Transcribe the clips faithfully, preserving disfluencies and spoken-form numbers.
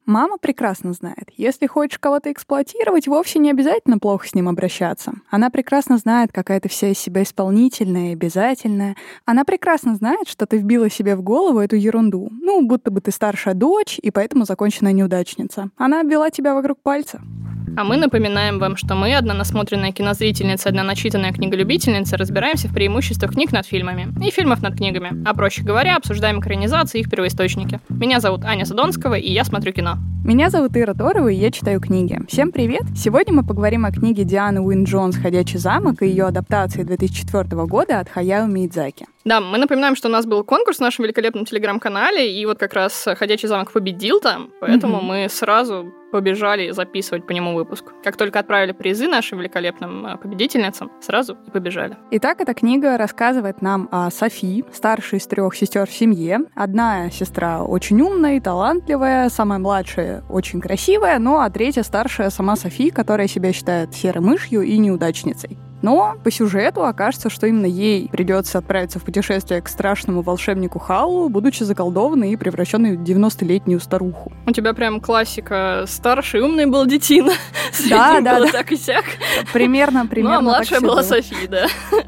Мама прекрасно знает, если хочешь кого-то эксплуатировать, вовсе не обязательно плохо с ним обращаться. Она прекрасно знает, какая ты вся из себя исполнительная и обязательная. Она прекрасно знает, что ты вбила себе в голову эту ерунду. Ну, будто бы ты старшая дочь, и поэтому законченная неудачница. Она обвела тебя вокруг пальца. А мы напоминаем вам, что мы, одна насмотренная кинозрительница, одна начитанная книголюбительница, разбираемся в преимуществах книг над фильмами и фильмов над книгами. А проще говоря, обсуждаем экранизации и их первоисточники. Меня зовут Аня Задонского, и я смотрю кино. Меня зовут Ира Торова, и я читаю книги. Всем привет! Сегодня мы поговорим о книге Дианы Уин Джонс «Ходячий замок» и ее адаптации две тысячи четвёртого года от Хаяо Миядзаки. Да, мы напоминаем, что у нас был конкурс в нашем великолепном телеграм-канале, и вот как раз «Ходячий замок» победил там, поэтому mm-hmm. мы сразу побежали записывать по нему выпуск. Как только отправили призы нашим великолепным победительницам, сразу и побежали. Итак, эта книга рассказывает нам о Софи, старшей из трех сестер в семье. Одна сестра очень умная, талантливая, самая младшая очень красивая, ну а третья старшая сама Софи, которая себя считает серой мышью и неудачницей. Но по сюжету окажется, что именно ей придется отправиться в путешествие к страшному волшебнику Халу, будучи заколдованной и превращенной в девяностолетнюю старуху. У тебя прям классика. Старший умный был детина. Да, да, было да. так и сяк. Примерно, примерно. Ну, а младшая так была было. Софи, да.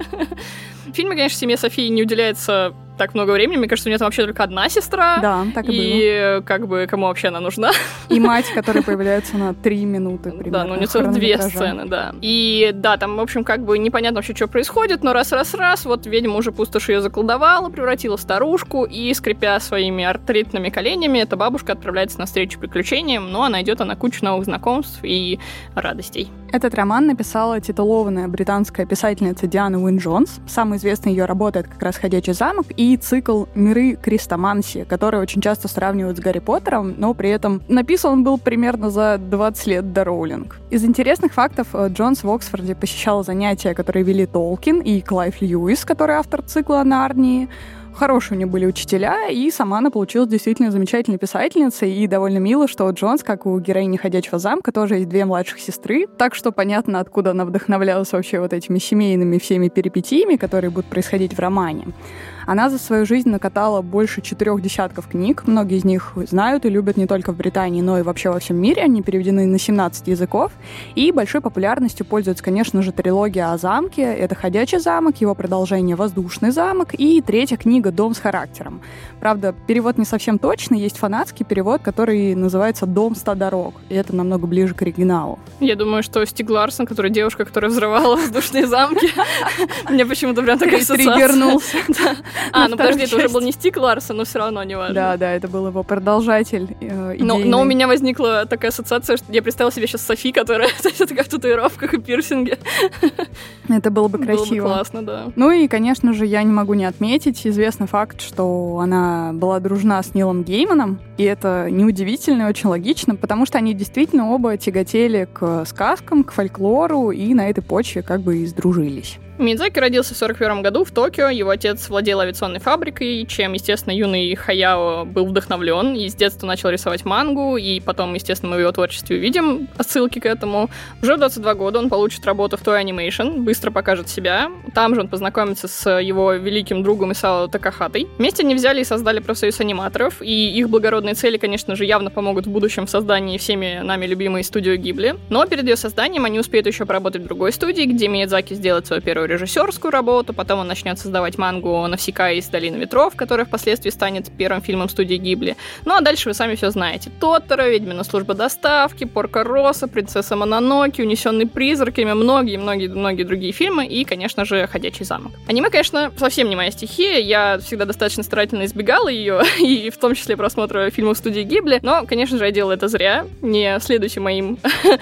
В фильме, конечно, семье Софии не уделяется так много времени. Мне кажется, у нее там вообще только одна сестра. Да, так и, и было. как бы кому вообще она нужна? И мать, которая появляется на три минуты примерно. Да, ну у нее целых две сцены, да. И да, там, в общем, как бы непонятно вообще, что происходит, но раз-раз-раз, вот ведьма уже пустошь ее заколдовала, превратила в старушку, и, скрипя своими артритными коленями, эта бабушка отправляется навстречу приключениям, но найдет она кучу новых знакомств и радостей. Этот роман написала титулованная британская писательница Диана Уин Джонс. Самой известной ее работой это как раз «Ходячий замок» и цикл «Миры Крестомансии», который очень часто сравнивают с Гарри Поттером, но при этом написан он был примерно за двадцать лет до Роулинг. Из интересных фактов Джонс в Оксфорде посещала занятия, которые вели Толкин и Клайв Льюис, который автор цикла «Нарнии». Хорошие у нее были учителя, и сама она получилась действительно замечательной писательницей, и довольно мило, что у Джонс, как у героини «Ходячего замка», тоже есть две младших сестры, так что понятно, откуда она вдохновлялась вообще вот этими семейными всеми перипетиями, которые будут происходить в романе. Она за свою жизнь накатала больше четырех десятков книг. Многие из них знают и любят не только в Британии, но и вообще во всем мире. Они переведены на семнадцать языков. И большой популярностью пользуется, конечно же, трилогия о замке. Это «Ходячий замок», его продолжение «Воздушный замок» и третья книга «Дом с характером». Правда, перевод не совсем точный. Есть фанатский перевод, который называется «Дом ста дорог». И это намного ближе к оригиналу. Я думаю, что Стиг Ларсон, которая девушка, которая взрывала воздушные замки, мне почему-то прям такая ассоциация. Триггернулся. А, ну подожди, это уже был не Стиг Ларсон, но все равно не важно. Да, да, это был его продолжатель э, но, но у меня возникла такая ассоциация, что я представила себе сейчас Софи, которая такая в татуировках и пирсинге. Это было бы красиво. Было бы классно, да. Ну и, конечно же, я не могу не отметить известный факт, что она была дружна с Нилом Гейманом, и это неудивительно и очень логично, потому что они действительно оба тяготели к сказкам, к фольклору, и на этой почве как бы и сдружились. Миядзаки родился в сорок первом году в Токио. Его отец владел авиационной фабрикой, чем, естественно, юный Хаяо был вдохновлен и с детства начал рисовать мангу, и потом, естественно, мы в его творчестве увидим отсылки к этому. Уже в двадцать два года он получит работу в Toei Animation, быстро покажет себя. Там же он познакомится с его великим другом Исао Такахатой. Вместе они взяли и создали профсоюз аниматоров, и их благородные цели, конечно же, явно помогут в будущем в создании всеми нами любимой студии Гибли. Но перед ее созданием они успеют еще поработать в другой студии, где Миядзаки сделает свою первую режиссерскую работу, потом он начнет создавать мангу «Навсекая из Долины ветров», которая впоследствии станет первым фильмом студии Гибли. Ну а дальше вы сами все знаете. Тоторо, «Ведьмина служба доставки», «Порко Россо», «Принцесса Мононоке», «Унесенный призраками», многие-многие-многие другие фильмы и, конечно же, «Ходячий замок». Аниме, конечно, совсем не моя стихия, я всегда достаточно старательно избегала ее, и в том числе просмотра фильмов студии Гибли, но, конечно же, я делала это зря, не следуйте моим,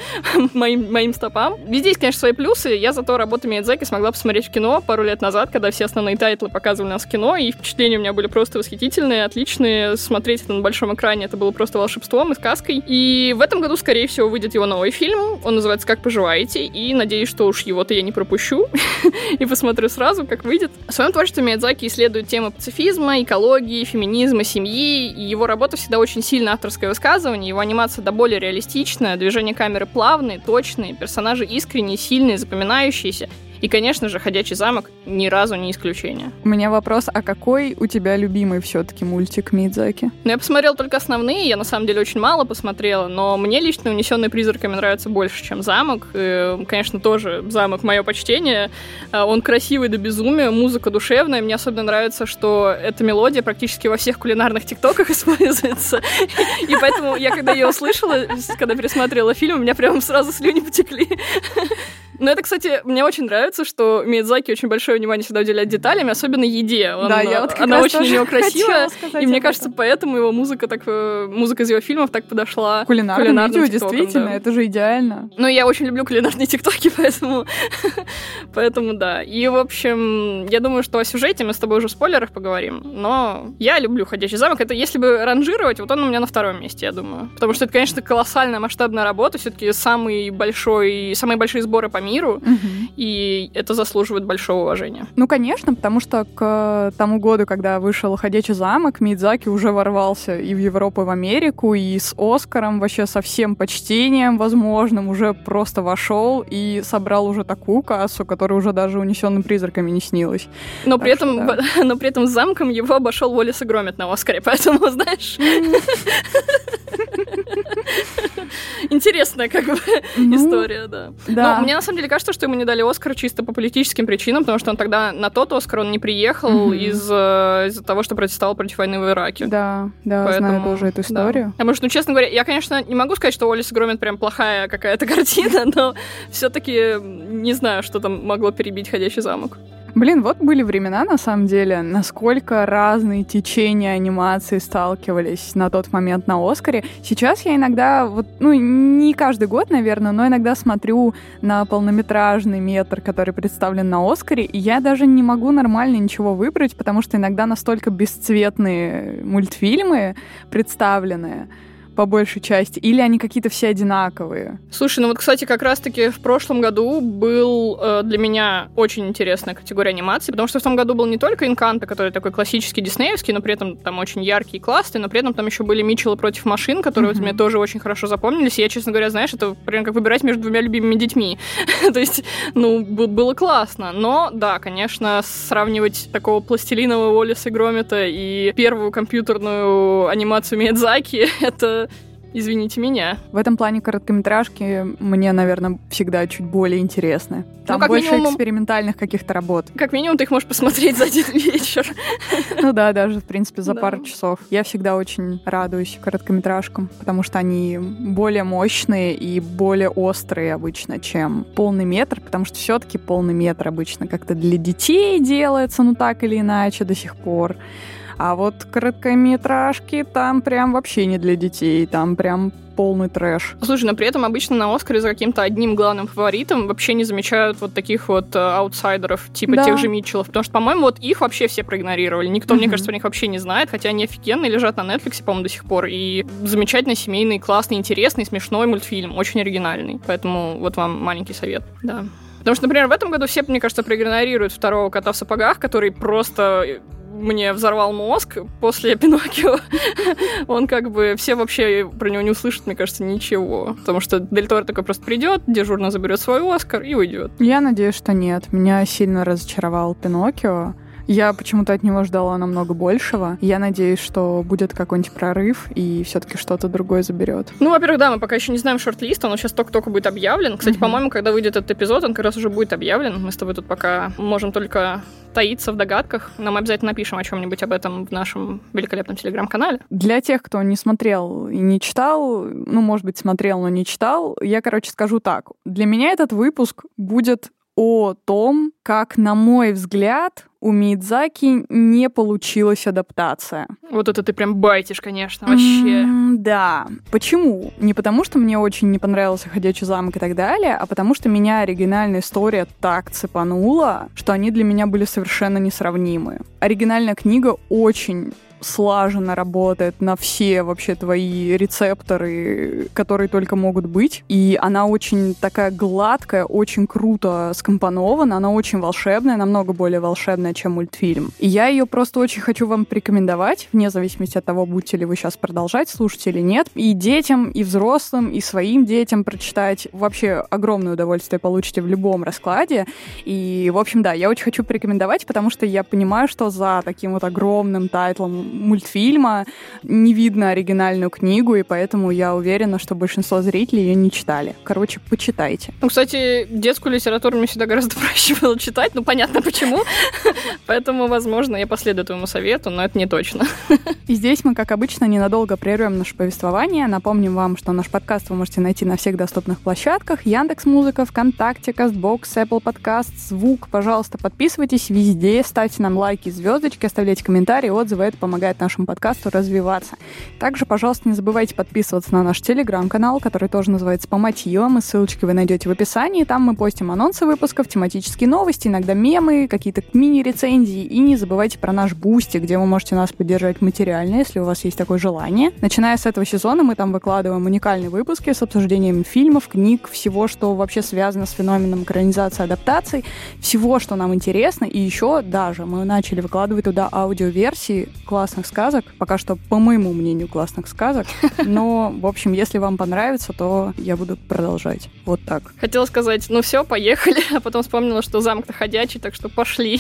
моим, моим стопам. Везде есть, конечно, свои плюсы, я зато работу Миядзаки смогла посмотреть в кино пару лет назад, когда все основные тайтлы показывали нас в кино, и впечатления у меня были просто восхитительные, отличные. Смотреть это на большом экране, это было просто волшебством и сказкой. И в этом году, скорее всего, выйдет его новый фильм. Он называется «Как поживаете», и надеюсь, что уж его-то я не пропущу и посмотрю сразу, как выйдет. В своем творчестве Миядзаки исследует темы пацифизма, экологии, феминизма, семьи, и его работа всегда очень сильно авторское высказывание, его анимация до более реалистичная, движения камеры плавные, точные, персонажи искренние, сильные, запоминающиеся. И, конечно же, «Ходячий замок» ни разу не исключение. У меня вопрос, а какой у тебя любимый все-таки мультик Миядзаки? Ну, я посмотрела только основные, я на самом деле очень мало посмотрела, но мне лично «Унесенный призраками» нравится больше, чем «Замок». И, конечно, тоже «Замок» — мое почтение. Он красивый до безумия, музыка душевная. Мне особенно нравится, что эта мелодия практически во всех кулинарных тиктоках используется. И поэтому я, когда ее услышала, когда пересмотрела фильм, у меня прям сразу слюни потекли. Но это, кстати, мне очень нравится, что Миядзаки очень большое внимание всегда уделяет деталям, особенно еде. Он, да, я вот как она раз очень у него красивая, и мне кажется, этом. поэтому его музыка так, музыка из его фильмов так подошла кулинарным, кулинарным видео, тиктокам, действительно, да. Это же идеально. Ну, я очень люблю кулинарные тиктоки, поэтому, поэтому да. И, в общем, я думаю, что о сюжете мы с тобой уже в спойлерах поговорим, но я люблю «Ходячий замок». Это, если бы ранжировать, вот он у меня на втором месте, я думаю. Потому что это, конечно, колоссальная масштабная работа, все-таки самый большой, самые большие сборы по миру. Угу. И это заслуживает большого уважения. Ну, конечно, потому что к тому году, когда вышел «Ходячий замок», Миядзаки уже ворвался и в Европу, и в Америку, и с «Оскаром», вообще со всем почтением возможным, уже просто вошел и собрал уже такую кассу, которая уже даже «Унесенным призраками» не снилась. Но при, этом, что, да. но при этом с «Замком» его обошел Уоллес и Громит на «Оскаре», поэтому, знаешь... Интересная, как бы, ну, история, да. да. Но мне на самом деле кажется, что ему не дали Оскар чисто по политическим причинам, потому что он тогда на тот Оскар он не приехал mm-hmm. из, из-за того, что протестовал против войны в Ираке. Да, да, Поэтому, знаю тоже эту историю. Да. Потому что, ну, честно говоря, я, конечно, не могу сказать, что Уоллес и Громит прям плохая какая-то картина, но все-таки не знаю, что там могло перебить «Ходячий замок». Блин, вот были времена, на самом деле, насколько разные течения анимации сталкивались на тот момент на «Оскаре». Сейчас я иногда, вот, ну, не каждый год, наверное, но иногда смотрю на полнометражный метр, который представлен на «Оскаре», и я даже не могу нормально ничего выбрать, потому что иногда настолько бесцветные мультфильмы представлены, по большей части, или они какие-то все одинаковые? Слушай, ну вот, кстати, как раз-таки в прошлом году был э, для меня очень интересная категория анимации, потому что в том году был не только «Энканто», который такой классический диснеевский, но при этом там очень яркий и классный, но при этом там еще были «Митчеллы против машин», которые mm-hmm. вот мне тоже очень хорошо запомнились, и я, честно говоря, знаешь, это прям как выбирать между двумя любимыми детьми. То есть, ну, было классно, но, да, конечно, сравнивать такого пластилинового Уоллеса и Громита и первую компьютерную анимацию Миядзаки — это... Извините меня. В этом плане короткометражки мне, наверное, всегда чуть более интересны. Там ну, больше минимум, экспериментальных каких-то работ. Как минимум ты их можешь посмотреть за один вечер. Ну да, даже, в принципе, за да. пару часов. Я всегда очень радуюсь короткометражкам, потому что они более мощные и более острые обычно, чем полный метр, потому что все-таки полный метр обычно как-то для детей делается, ну так или иначе до сих пор. А вот короткометражки там прям вообще не для детей, там прям полный трэш. Слушай, но при этом обычно на «Оскаре» за каким-то одним главным фаворитом вообще не замечают вот таких вот э, аутсайдеров, типа да. тех же Митчеллов, потому что, по-моему, вот их вообще все проигнорировали. Никто, mm-hmm. мне кажется, о них вообще не знает, хотя они офигенные, лежат на Netflix, по-моему, до сих пор, и замечательный, семейный, классный, интересный, смешной мультфильм, очень оригинальный. Поэтому вот вам маленький совет, да. Потому что, например, в этом году все, мне кажется, проигнорируют второго «Кота в сапогах», который просто... мне взорвал мозг после «Пиноккио». Он как бы... Все вообще про него не услышат, мне кажется, ничего. Потому что Дель Торо такой просто придет, дежурно заберет свой «Оскар» и уйдет. Я надеюсь, что нет. Меня сильно разочаровал «Пиноккио». Я почему-то от него ждала намного большего. Я надеюсь, что будет какой-нибудь прорыв и все-таки что-то другое заберет. Ну, во-первых, да, мы пока еще не знаем шорт-лист, он сейчас только-только будет объявлен. Кстати, mm-hmm. по-моему, когда выйдет этот эпизод, он как раз уже будет объявлен. Мы с тобой тут пока можем только таиться в догадках. Но мы обязательно напишем о чем-нибудь об этом в нашем великолепном телеграм-канале. Для тех, кто не смотрел и не читал, ну, может быть, смотрел, но не читал, я, короче, скажу так. Для меня этот выпуск будет о том, как, на мой взгляд, у Миядзаки не получилась адаптация. Вот это ты прям байтишь, конечно, вообще. Mm, да. Почему? Не потому, что мне очень не понравился «Ходячий замок» и так далее, а потому что меня оригинальная история так цепанула, что они для меня были совершенно несравнимы. Оригинальная книга очень слаженно работает на все вообще твои рецепторы, которые только могут быть. И она очень такая гладкая, очень круто скомпонована, она очень волшебная, намного более волшебная, чем мультфильм. И я ее просто очень хочу вам порекомендовать, вне зависимости от того, будете ли вы сейчас продолжать слушать или нет. И детям, и взрослым, и своим детям прочитать. Вообще огромное удовольствие получите в любом раскладе. И, в общем, да, я очень хочу порекомендовать, потому что я понимаю, что за таким вот огромным тайтлом мультфильма не видно оригинальную книгу, и поэтому я уверена, что большинство зрителей ее не читали. Короче, почитайте. Ну, кстати, детскую литературу мне всегда гораздо проще было читать, ну, понятно почему. Поэтому, возможно, я последую твоему совету, но это не точно. И здесь мы, как обычно, ненадолго прервем наше повествование. Напомним вам, что наш подкаст вы можете найти на всех доступных площадках: Яндекс.Музыка, ВКонтакте, Кастбокс, Apple Podcast, Звук. Пожалуйста, подписывайтесь везде, ставьте нам лайки, звездочки, оставляйте комментарии, отзывы. Это помогает нашему подкасту развиваться. Также, пожалуйста, не забывайте подписываться на наш телеграм-канал, который тоже называется «По мотивам», и ссылочки вы найдете в описании. Там мы постим анонсы выпусков, тематические новости, иногда мемы, какие-то мини-рецензии. И не забывайте про наш Бусти, где вы можете нас поддержать материально, если у вас есть такое желание. Начиная с этого сезона мы там выкладываем уникальные выпуски с обсуждением фильмов, книг, всего, что вообще связано с феноменом экранизации, адаптаций, всего, что нам интересно. И еще даже мы начали выкладывать туда аудиоверсии классных сказок. Пока что, по моему мнению, классных сказок. Но, в общем, если вам понравится, то я буду продолжать. Вот так. Хотела сказать, ну все, поехали. А потом вспомнила, что замок-то ходячий, так что пошли.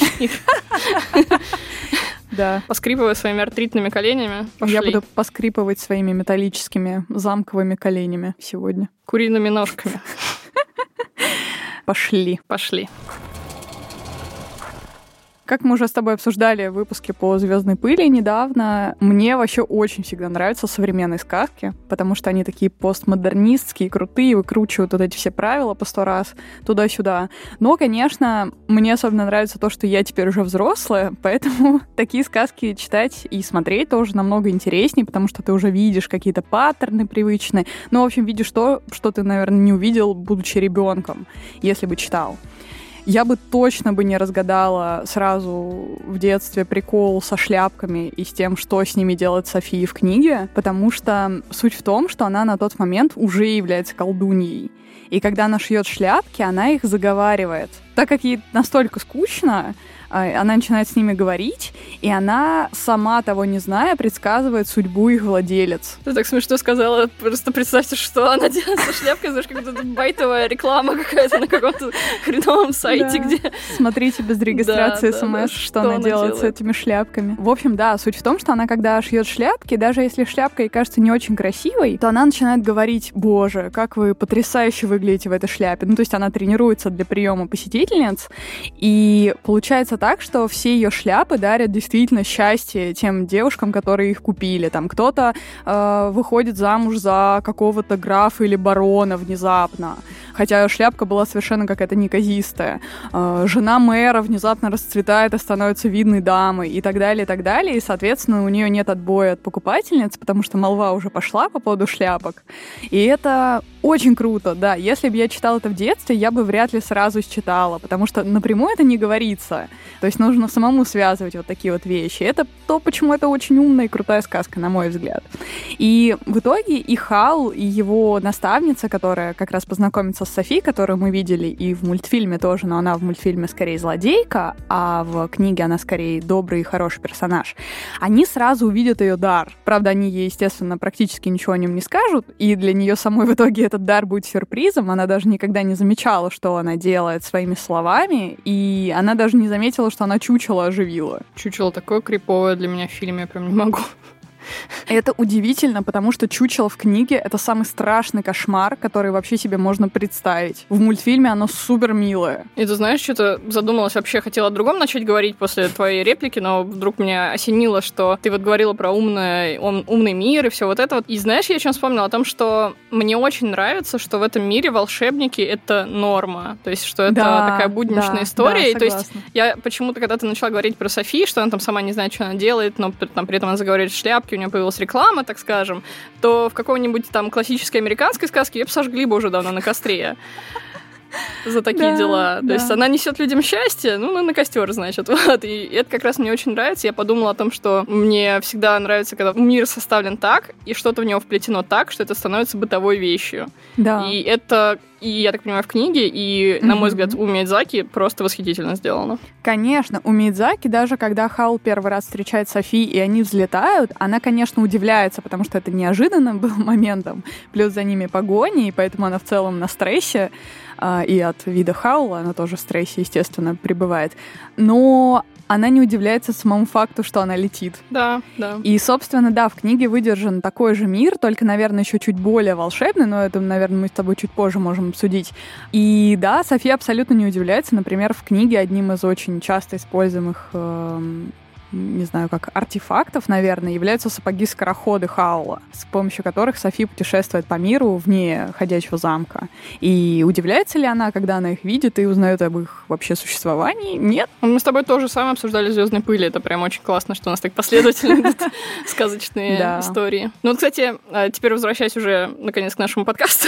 Да. Поскрипывая своими артритными коленями, пошли. Я буду поскрипывать своими металлическими замковыми коленями сегодня. Куриными ножками. Пошли. Пошли. Как мы уже с тобой обсуждали в выпуске по «Звездной пыли» недавно, мне вообще очень всегда нравятся современные сказки, потому что они такие постмодернистские, крутые, выкручивают вот эти все правила по сто раз туда-сюда. Но, конечно, мне особенно нравится то, что я теперь уже взрослая, поэтому такие сказки читать и смотреть тоже намного интереснее, потому что ты уже видишь какие-то паттерны привычные. Ну, в общем, видишь то, что ты, наверное, не увидел, будучи ребенком, если бы читал. Я бы точно бы не разгадала сразу в детстве прикол со шляпками и с тем, что с ними делает София в книге, потому что суть в том, что она на тот момент уже является колдуньей. И когда она шьет шляпки, она их заговаривает. Так как ей настолько скучно, она начинает с ними говорить, и она, сама того не зная, предсказывает судьбу их владелец. Ты так смешно сказала. Просто представьте, что она делает со шляпкой, знаешь, как будто байтовая реклама какая-то на каком-то хреновом сайте, да. где... Смотрите без регистрации да, смс, да, да. что, что она, она делает, делает с этими шляпками. В общем, да, суть в том, что она, когда шьет шляпки, даже если шляпка ей кажется не очень красивой, то она начинает говорить: «Боже, как вы потрясающе выглядите в этой шляпе». Ну, то есть она тренируется для приема посетительниц, и получается так, что все ее шляпы дарят действительно счастье тем девушкам, которые их купили. Там кто-то э, выходит замуж за какого-то графа или барона внезапно, хотя шляпка была совершенно какая-то неказистая. Э, жена мэра внезапно расцветает и становится видной дамой, и так далее, и так далее. И, соответственно, у нее нет отбоя от покупательниц, потому что молва уже пошла по поводу шляпок. И это очень круто, да. Если бы я читала это в детстве, я бы вряд ли сразу считала, потому что напрямую это не говорится. То есть нужно самому связывать вот такие вот вещи. Это то, почему это очень умная и крутая сказка, на мой взгляд. И в итоге и Хал, и его наставница, которая как раз познакомится с Софи, которую мы видели и в мультфильме тоже, но она в мультфильме скорее злодейка, а в книге она скорее добрый и хороший персонаж, они сразу увидят ее дар. Правда, они ей, естественно, практически ничего о нем не скажут, и для нее самой в итоге этот дар будет сюрпризом. Она даже никогда не замечала, что она делает своими словами, и она даже не заметила, что она чучело оживила. Чучело такое криповое для меня в фильме, я прям не могу. Это удивительно, потому что чучело в книге — это самый страшный кошмар, который вообще себе можно представить. В мультфильме оно супер милое. И ты знаешь, что-то задумалась, вообще хотела о другом начать говорить после твоей реплики, но вдруг меня осенило, что ты вот говорила про умный, ум, умный мир и все вот это вот. И знаешь, я о чем вспомнила? О том, что мне очень нравится, что в этом мире волшебники — это норма. То есть, что это да, такая будничная да, история. Да, и, то есть, я почему-то, когда ты начала говорить про Софи, что она там сама не знает, что она делает, но там, при этом она заговаривает шляпки, у нее появилась реклама, так скажем, то в какой-нибудь там классической американской сказке ее бы сожгли бы уже давно на костре. за такие Да, дела. То да. есть она несет людям счастье, ну, на костер, значит. Вот. И это как раз мне очень нравится. Я подумала о том, что мне всегда нравится, когда мир составлен так, и что-то в него вплетено так, что это становится бытовой вещью. Да. И это, и я так понимаю, в книге, и, на мой взгляд, у Миядзаки просто восхитительно сделано. Конечно, у Миядзаки, даже когда Хаул первый раз встречает Софи, и они взлетают, она, конечно, удивляется, потому что это неожиданным был моментом. Плюс за ними погони, и поэтому она в целом на стрессе. И от вида Хаула она тоже в стрессе, естественно, пребывает. Но она не удивляется самому факту, что она летит. Да, да. И, собственно, да, в книге выдержан такой же мир, только, наверное, еще чуть более волшебный, но это, наверное, мы с тобой чуть позже можем обсудить. И да, София абсолютно не удивляется. Например, в книге одним из очень часто используемых эм, не знаю, как артефактов, наверное, являются сапоги-скороходы Хаула, с помощью которых Софи путешествует по миру вне ходячего замка. И удивляется ли она, когда она их видит и узнает об их вообще существовании? Нет. Мы с тобой тоже сами обсуждали «Звездные пыли». Это прям очень классно, что у нас так последовательно идут сказочные истории. Ну вот, кстати, теперь возвращаясь уже, наконец, к нашему подкасту,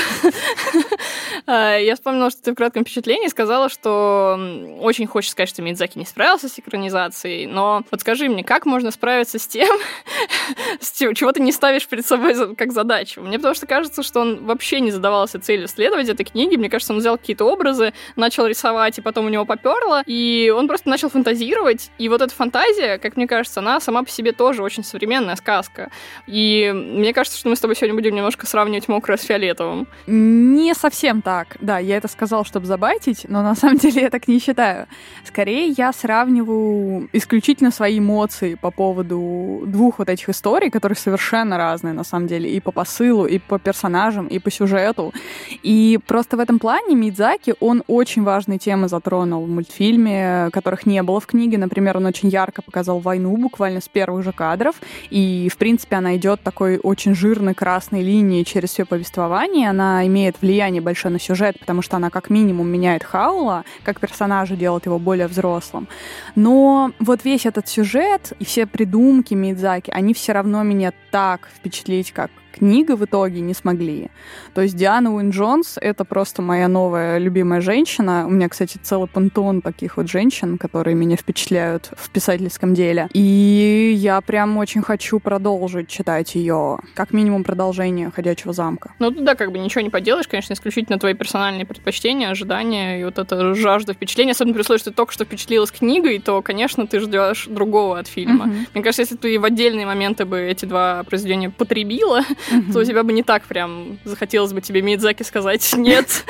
я вспомнила, что ты в кратком впечатлении сказала, что очень хочешь сказать, что Миядзаки не справился с экранизацией, но вот скажи мне, как можно справиться с тем, чего ты не ставишь перед собой как задачу? Мне потому что кажется, что он вообще не задавался целью следовать этой книге. Мне кажется, он взял какие-то образы, начал рисовать, и потом у него поперло, и он просто начал фантазировать. И вот эта фантазия, как мне кажется, она сама по себе тоже очень современная сказка. И мне кажется, что мы с тобой сегодня будем немножко сравнивать мокрое с фиолетовым. Не совсем так. Да, я это сказала, чтобы забайтить, но на самом деле я так не считаю. Скорее, я сравниваю исключительно свои эмоции по поводу двух вот этих историй, которые совершенно разные, на самом деле, и по посылу, и по персонажам, и по сюжету. И просто в этом плане Миядзаки, он очень важные темы затронул в мультфильме, которых не было в книге. Например, он очень ярко показал войну буквально с первых же кадров, и, в принципе, она идет такой очень жирной красной линией через все повествование. Она имеет влияние большое на сюжет, потому что она как минимум меняет Хаула, как персонажа делает его более взрослым. Но вот весь этот сюжет и все придумки Миядзаки, они все равно меня так впечатлить, как книга в итоге не смогли. То есть Диана Уин-Джонс — это просто моя новая любимая женщина. У меня, кстати, целый пантеон таких вот женщин, которые меня впечатляют в писательском деле. И я прям очень хочу продолжить читать ее, как минимум продолжение «Ходячего замка». Ну, да, как бы ничего не поделаешь, конечно, исключительно твои персональные предпочтения, ожидания и вот эта жажда впечатления. Особенно при условии, что ты только что впечатлилась книгой, то, конечно, ты ждешь другого от фильма. Mm-hmm. Мне кажется, если ты в отдельные моменты бы эти два произведения потребила, mm-hmm. то у тебя бы не так прям захотелось бы тебе Миядзаки сказать «нет».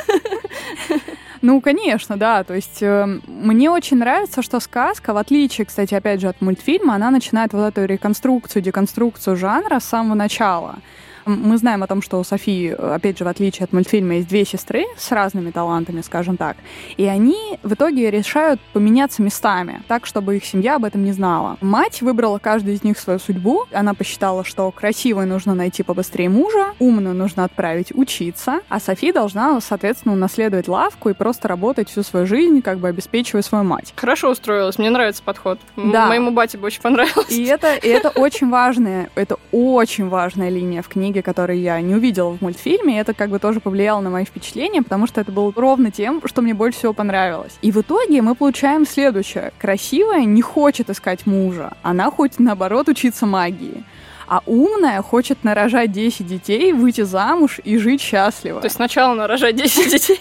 Ну, конечно, да. То есть э, мне очень нравится, что сказка, в отличие, кстати, опять же, от мультфильма, она начинает вот эту реконструкцию, деконструкцию жанра с самого начала. Мы знаем о том, что у Софии, опять же, в отличие от мультфильма, есть две сестры с разными талантами, скажем так. И они в итоге решают поменяться местами, так, чтобы их семья об этом не знала. Мать выбрала каждую из них свою судьбу. Она посчитала, что красивой нужно найти побыстрее мужа, умную нужно отправить учиться, а Софи должна, соответственно, унаследовать лавку и просто работать всю свою жизнь, как бы обеспечивая свою мать. Хорошо устроилась. Мне нравится подход. Да. Моему бате бы очень понравилось. И это, и это очень важная, это очень важная линия в книге, который я не увидела в мультфильме, и это как бы тоже повлияло на мои впечатления, потому что это было ровно тем, что мне больше всего понравилось. И в итоге мы получаем следующее. Красивая не хочет искать мужа, она хочет, наоборот, учиться магии. А умная хочет нарожать десять детей, выйти замуж и жить счастливо. То есть сначала нарожать десять детей?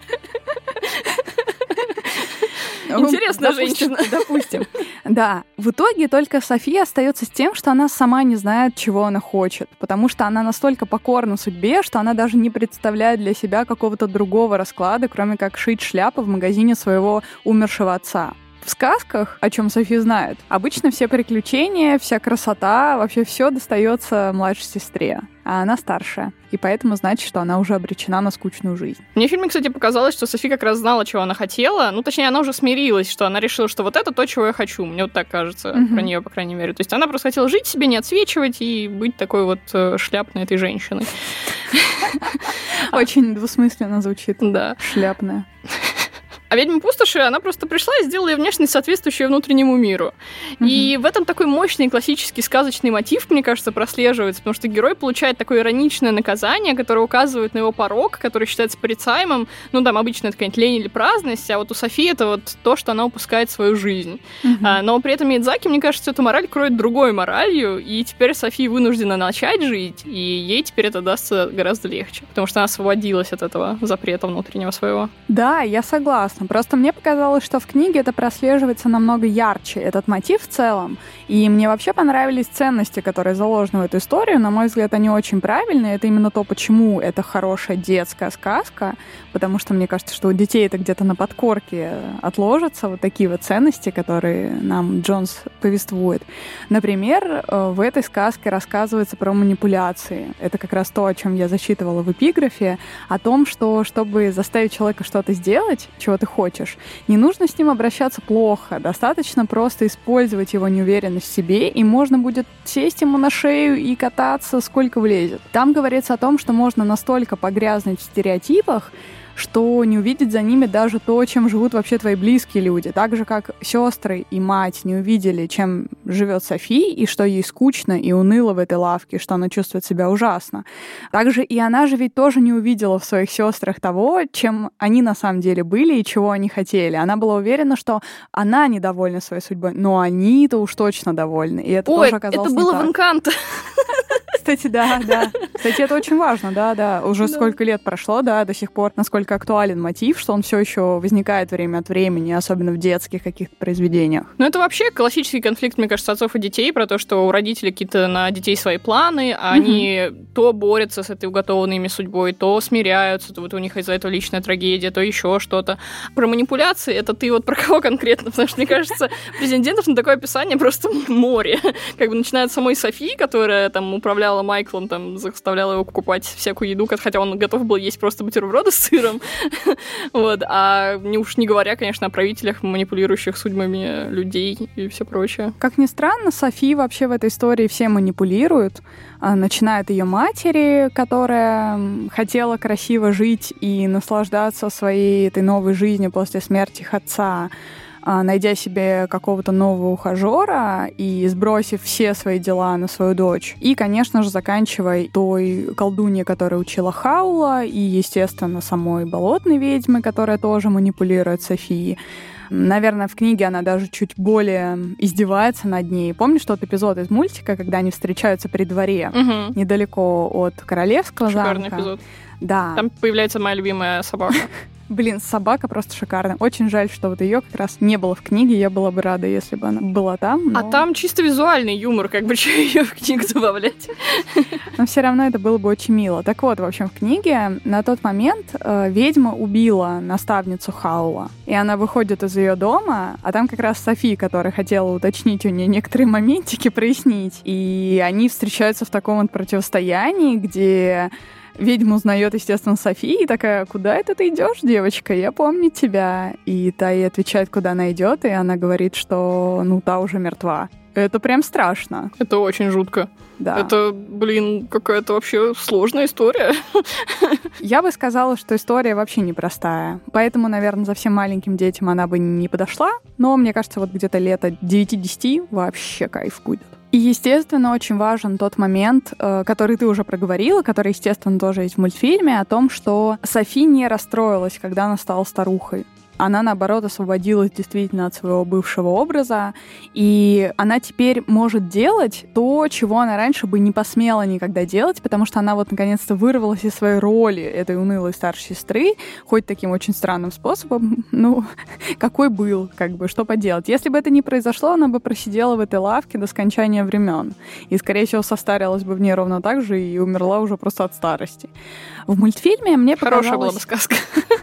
Интересная допустим, женщина. Допустим. Да. В итоге только София остается с тем, что она сама не знает, чего она хочет. Потому что она настолько покорна судьбе, что она даже не представляет для себя какого-то другого расклада, кроме как шить шляпы в магазине своего умершего отца. В сказках, о чем София знает, обычно все приключения, вся красота, вообще все достается младшей сестре, а она старшая. И поэтому значит, что она уже обречена на скучную жизнь. Мне в фильме, кстати, показалось, что Софи как раз знала, чего она хотела. Ну, точнее, она уже смирилась, что она решила, что вот это то, чего я хочу. Мне вот так кажется mm-hmm. про нее, по крайней мере. То есть она просто хотела жить себе, не отсвечивать и быть такой вот шляпной этой женщиной. Очень двусмысленно звучит. Да. Шляпная. А ведьма пустоши, она просто пришла и сделала ее внешность, соответствующую внутреннему миру. Mm-hmm. И в этом такой мощный классический сказочный мотив, мне кажется, прослеживается, потому что герой получает такое ироничное наказание, которое указывает на его порок, который считается порицаемым. Ну, там обычно это какая-нибудь лень или праздность, а вот у Софии это вот то, что она упускает свою жизнь. Mm-hmm. А, но при этом Миядзаки, мне кажется, эту мораль кроет другой моралью, и теперь София вынуждена начать жить, и ей теперь это дастся гораздо легче, потому что она освободилась от этого запрета внутреннего своего. Да, я согласна. Просто мне показалось, что в книге это прослеживается намного ярче, этот мотив в целом. И мне вообще понравились ценности, которые заложены в эту историю. На мой взгляд, они очень правильные. Это именно то, почему это хорошая детская сказка, потому что мне кажется, что у детей это где-то на подкорке отложится, вот такие вот ценности, которые нам Джонс повествует. Например, в этой сказке рассказывается про манипуляции. Это как раз то, о чем я зачитывала в эпиграфе, о том, что чтобы заставить человека что-то сделать, чего ты хочешь, не нужно с ним обращаться плохо, достаточно просто использовать его неуверенность в себе, и можно будет сесть ему на шею и кататься, сколько влезет. Там говорится о том, что можно настолько погрязнуть в стереотипах, что не увидеть за ними даже то, чем живут вообще твои близкие люди. Так же, как сестры и мать не увидели, чем живет Софи, и что ей скучно и уныло в этой лавке, что она чувствует себя ужасно. Также и она же ведь тоже не увидела в своих сестрах того, чем они на самом деле были и чего они хотели. Она была уверена, что она недовольна своей судьбой, но они-то уж точно довольны. И это Ой, тоже оказалось это было в Энканто. Кстати, да, да. Кстати, это очень важно, да, да. Уже да. сколько лет прошло, да, до сих пор, насколько актуален мотив, что он все еще возникает время от времени, особенно в детских каких-то произведениях. Ну, это вообще классический конфликт, мне кажется, отцов и детей, про то, что у родителей какие-то на детей свои планы, а mm-hmm. они то борются с этой уготованной ими судьбой, то смиряются, то вот у них из-за этого личная трагедия, то еще что-то. Про манипуляции, это ты вот про кого конкретно? Потому что, мне кажется, претендентов на такое описание просто море. Как бы начиная от самой Софии, которая там управляла Майклом, там, заставляла его покупать всякую еду, хотя он готов был есть просто бутерброды с сыром. Вот. А не уж не говоря, конечно, о правителях, манипулирующих судьбами людей и все прочее. Как ни странно, Софи вообще в этой истории все манипулируют. Начиная от ее матери, которая хотела красиво жить и наслаждаться своей этой новой жизнью после смерти их отца, найдя себе какого-то нового ухажера и сбросив все свои дела на свою дочь. И, конечно же, заканчивая той колдуньей, которая учила Хаула, и, естественно, самой болотной ведьмы, которая тоже манипулирует Софией. Наверное, в книге она даже чуть более издевается над ней. Помнишь тот эпизод из мультика, когда они встречаются при дворе, угу. недалеко от Королевского Шикарный замка? эпизод. Да. Там появляется моя любимая собака. Блин, собака просто шикарная. Очень жаль, что вот ее как раз не было в книге. Я была бы рада, если бы она была там. Но... А там чисто визуальный юмор, как бы, что ее в книгу добавлять. Но все равно это было бы очень мило. Так вот, в общем, в книге на тот момент э, ведьма убила наставницу Хаула. И она выходит из ее дома, а там как раз Софи, которая хотела уточнить у нее некоторые моментики, прояснить. И они встречаются в таком вот противостоянии, где... Ведьма узнает, естественно, Софи, и такая: куда это ты идешь, девочка? Я помню тебя. И та ей отвечает, куда она идет, и она говорит, что ну та уже мертва. Это прям страшно. Это очень жутко. Да. Это, блин, какая-то вообще сложная история. Я бы сказала, что история вообще непростая. Поэтому, наверное, совсем маленьким детям она бы не подошла. Но мне кажется, вот где-то лет от девяти-десяти вообще кайф будет. И, естественно, очень важен тот момент, который ты уже проговорила, который, естественно, тоже есть в мультфильме, о том, что Софи не расстроилась, когда она стала старухой. Она, наоборот, освободилась действительно от своего бывшего образа, и она теперь может делать то, чего она раньше бы не посмела никогда делать, потому что она вот наконец-то вырвалась из своей роли этой унылой старшей сестры, хоть таким очень странным способом, ну, какой был, как бы, что поделать. Если бы это не произошло, она бы просидела в этой лавке до скончания времен, и, скорее всего, состарилась бы в ней ровно так же и умерла уже просто от старости. В мультфильме мне показалось... Хорошая была бы сказка.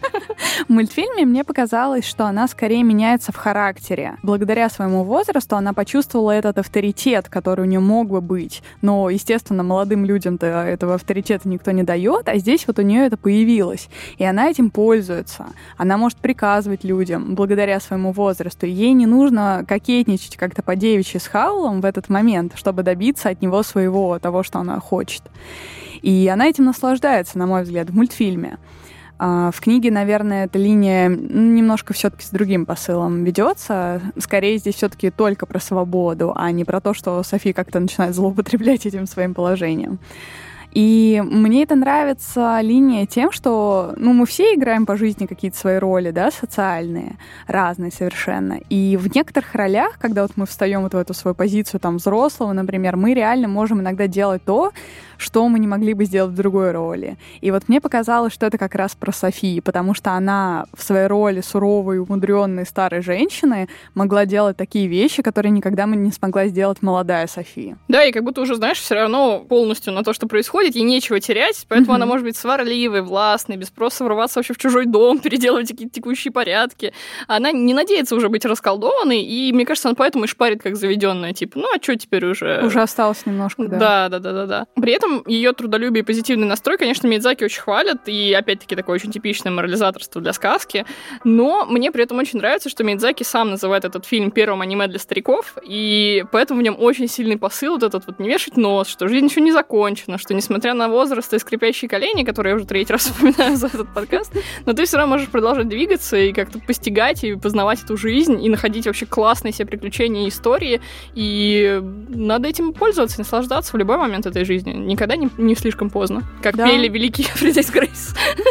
В мультфильме мне показалось, что она скорее меняется в характере. Благодаря своему возрасту она почувствовала этот авторитет, который у нее мог бы быть. Но, естественно, молодым людям-то этого авторитета никто не дает, а здесь вот у нее это появилось. И она этим пользуется. Она может приказывать людям благодаря своему возрасту. И ей не нужно кокетничать как-то по-девичьи с Хаулом в этот момент, чтобы добиться от него своего, того, что она хочет. И она этим наслаждается, на мой взгляд, в мультфильме. В книге, наверное, эта линия немножко все-таки с другим посылом ведется. Скорее, здесь все-таки только про свободу, а не про то, что Софи как-то начинает злоупотреблять этим своим положением. И мне это нравится линия тем, что ну, мы все играем по жизни какие-то свои роли, да, социальные, разные совершенно. И в некоторых ролях, когда вот мы встаем вот в эту свою позицию там, взрослого, например, мы реально можем иногда делать то, что мы не могли бы сделать в другой роли. И вот мне показалось, что это как раз про Софи, потому что она в своей роли суровой, умудренной старой женщины могла делать такие вещи, которые никогда бы не смогла сделать молодая Софи. Да, и как будто уже, знаешь, все равно полностью на то, что происходит, ей нечего терять, поэтому mm-hmm. она может быть сварливой, властной, без спроса врываться вообще в чужой дом, переделывать какие-то текущие порядки. Она не надеется уже быть расколдованной, и, мне кажется, она поэтому и шпарит как заведенная, типа, ну а что теперь уже? Уже осталось немножко, да. Да, да, да, да, да. При этом ее трудолюбие и позитивный настрой, конечно, Миядзаки очень хвалят, и, опять-таки, такое очень типичное морализаторство для сказки, но мне при этом очень нравится, что Миядзаки сам называет этот фильм первым аниме для стариков, и поэтому в нем очень сильный посыл вот этот вот не вешать нос, что жизнь еще не закончена, что, несмотря на возраст и скрипящие колени, которые я уже третий раз вспоминаю за этот подкаст, но ты все равно можешь продолжать двигаться и как-то постигать и познавать эту жизнь, и находить вообще классные себе приключения и истории, и надо этим пользоваться, наслаждаться в любой момент этой жизни. Никогда не, не слишком поздно, как да. пели великие Фридейс Грейс.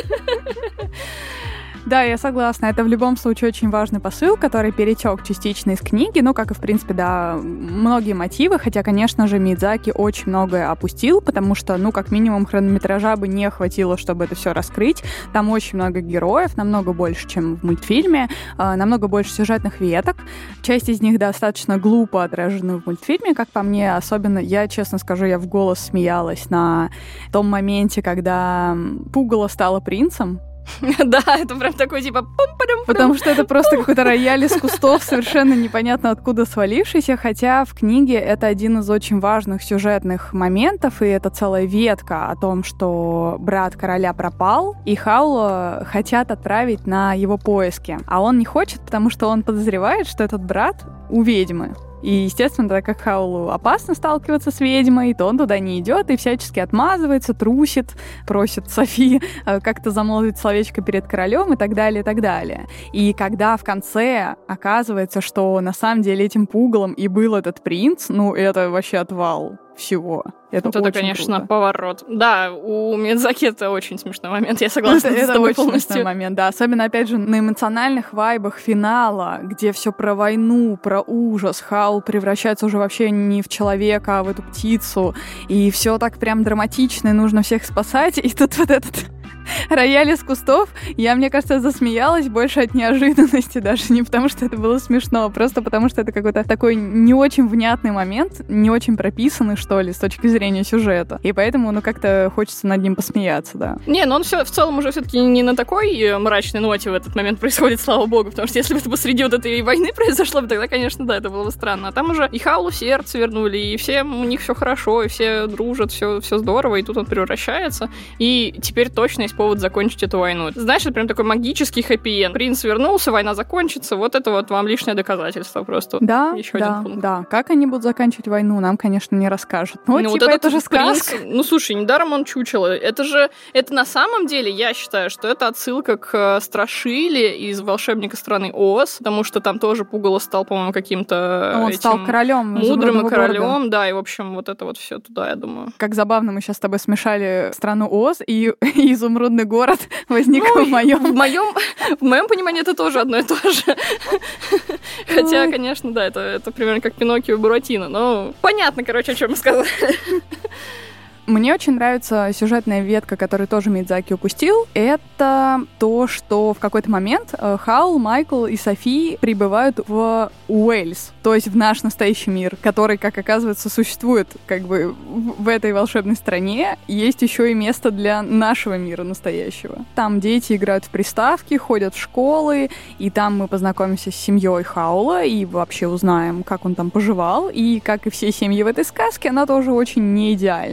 Да, я согласна. Это в любом случае очень важный посыл, который перетек частично из книги, ну, как и, в принципе, да, многие мотивы, хотя, конечно же, Миядзаки очень многое опустил, потому что, ну, как минимум, хронометража бы не хватило, чтобы это все раскрыть. Там очень много героев, намного больше, чем в мультфильме, намного больше сюжетных веток. Часть из них достаточно глупо отражены в мультфильме, как по мне, особенно, я, честно скажу, я в голос смеялась на том моменте, когда Пугало стала принцем. Да, это прям такой типа пум-падам-падам. Потому что это просто какой-то рояль из кустов, совершенно непонятно откуда свалившийся, хотя в книге это один из очень важных сюжетных моментов, и это целая ветка о том, что брат короля пропал, и Хаула хотят отправить на его поиски. А он не хочет, потому что он подозревает, что этот брат у ведьмы. И, естественно, так как Хаулу опасно сталкиваться с ведьмой, то он туда не идет и всячески отмазывается, трусит, просит Софи как-то замолвить словечко перед королем и так далее, и так далее. И когда в конце оказывается, что на самом деле этим пугалом и был этот принц, ну, это вообще отвал всего. Это, вот это, конечно, круто. Поворот. Да, у Миядзаки это очень смешной момент, я согласна это, с тобой это полностью. Это очень смешной момент, да. Особенно, опять же, на эмоциональных вайбах финала, где все про войну, про ужас. Хаул превращается уже вообще не в человека, а в эту птицу. И все так прям драматично, и нужно всех спасать. И тут вот этот рояль из кустов. Я, мне кажется, засмеялась больше от неожиданности, даже не потому, что это было смешно, просто потому, что это какой-то такой не очень внятный момент, не очень прописанный, что ли, с точки зрения сюжета. И поэтому, ну, как-то хочется над ним посмеяться, да. Не, но он все в целом уже все-таки не на такой мрачной ноте в этот момент происходит, слава богу, потому что если бы это посреди вот этой войны произошло, тогда, конечно, да, это было бы странно. А там уже и Хаулу сердце вернули, и всем у них все хорошо, и все дружат, все, все здорово, и тут он превращается. И теперь точно есть повод закончить эту войну. Знаешь, это прям такой магический хэппи-энд. Принц вернулся, война закончится, вот это вот вам лишнее доказательство просто. Да, Еще да, один пункт. Да. Как они будут заканчивать войну, нам, конечно, не расскажут. Но, ну, типа, вот это же сказка. Принц, ну, слушай, недаром он чучело. Это же, это на самом деле, я считаю, что это отсылка к Страшиле из «Волшебника страны Оз», потому что там тоже Пугало стал, по-моему, каким-то он этим стал королем, мудрым и королем, города. Да, и, в общем, вот это вот все туда, я думаю. Как забавно, мы сейчас с тобой смешали страну Оз и, и изумрудный город возник ну, в моем. В моем, в моем понимании это тоже одно и то же. Хотя, конечно, да, это, это примерно как Пиноккио и Буратино, но понятно, короче, о чем мы сказали. Мне очень нравится сюжетная ветка, которую тоже Миядзаки упустил. Это то, что в какой-то момент Хаул, Майкл и Софи прибывают в Уэльс, то есть в наш настоящий мир, который, как оказывается, существует как бы в этой волшебной стране. Есть еще и место для нашего мира настоящего. Там дети играют в приставки, ходят в школы, и там мы познакомимся с семьей Хаула и вообще узнаем, как он там поживал. И, как и все семьи в этой сказке, она тоже очень не идеальная.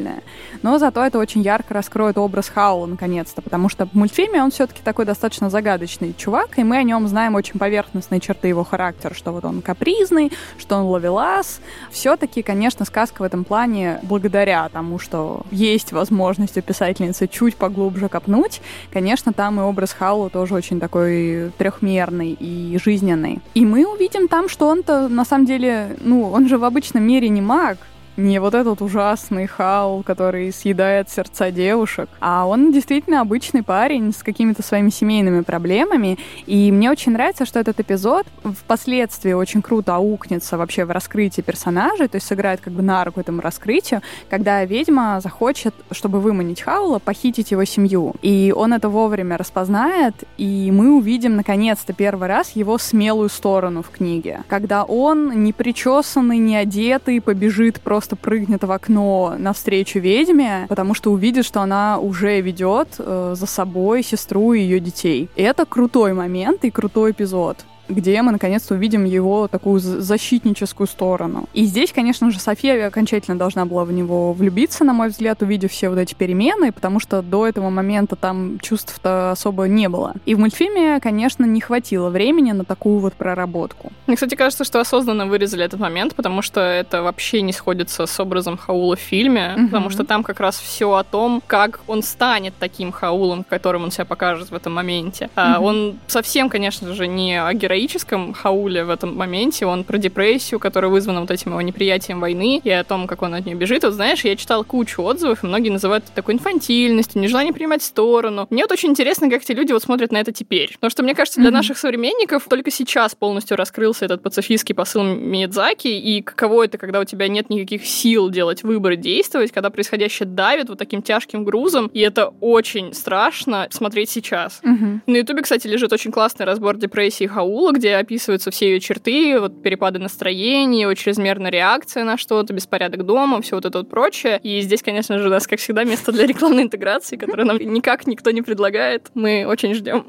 Но зато это очень ярко раскроет образ Хаула, наконец-то, потому что в мультфильме он все-таки такой достаточно загадочный чувак, и мы о нем знаем очень поверхностные черты его характера, что вот он капризный, что он ловелас. Все-таки, конечно, сказка в этом плане, благодаря тому, что есть возможность у писательницы чуть поглубже копнуть, конечно, там и образ Хаула тоже очень такой трехмерный и жизненный. И мы увидим там, что он-то, на самом деле, ну, он же в обычном мире не маг, не вот этот ужасный Хаул, который съедает сердца девушек, а он действительно обычный парень с какими-то своими семейными проблемами, и мне очень нравится, что этот эпизод впоследствии очень круто аукнется вообще в раскрытии персонажей, то есть сыграет как бы на руку этому раскрытию, когда ведьма захочет, чтобы выманить Хаула, похитить его семью, и он это вовремя распознает, и мы увидим наконец-то первый раз его смелую сторону в книге, когда он не причесанный, не одетый, побежит просто просто прыгнет в окно навстречу ведьме, потому что увидит, что она уже ведет э, за собой сестру и ее детей. И это крутой момент и крутой эпизод, где мы наконец-то увидим его такую защитническую сторону. И здесь, конечно же, София окончательно должна была в него влюбиться, на мой взгляд, увидев все вот эти перемены, потому что до этого момента там чувств-то особо не было. И в мультфильме, конечно, не хватило времени на такую вот проработку. Мне, кстати, кажется, что осознанно вырезали этот момент, потому что это вообще не сходится с образом Хаула в фильме, mm-hmm. потому что там как раз все о том, как он станет таким Хаулом, которым он себя покажет в этом моменте. Mm-hmm. Он совсем, конечно же, не о героизме, героическом Хауле в этом моменте, он про депрессию, которая вызвана вот этим его неприятием войны, и о том, как он от нее бежит. Вот знаешь, я читала кучу отзывов, и многие называют это такой инфантильностью, нежелание принимать сторону. Мне вот очень интересно, как эти люди вот смотрят на это теперь. Потому что, мне кажется, для mm-hmm. наших современников только сейчас полностью раскрылся этот пацифистский посыл Миядзаки, и каково это, когда у тебя нет никаких сил делать выбор, действовать, когда происходящее давит вот таким тяжким грузом, и это очень страшно смотреть сейчас. Mm-hmm. На Ютубе, кстати, лежит очень классный разбор депрессии Хаула, где описываются все ее черты, вот перепады настроения, его чрезмерная реакция на что-то, беспорядок дома, все вот это вот прочее. И здесь, конечно же, у нас, как всегда, место для рекламной интеграции, которую нам никак никто не предлагает. Мы очень ждем.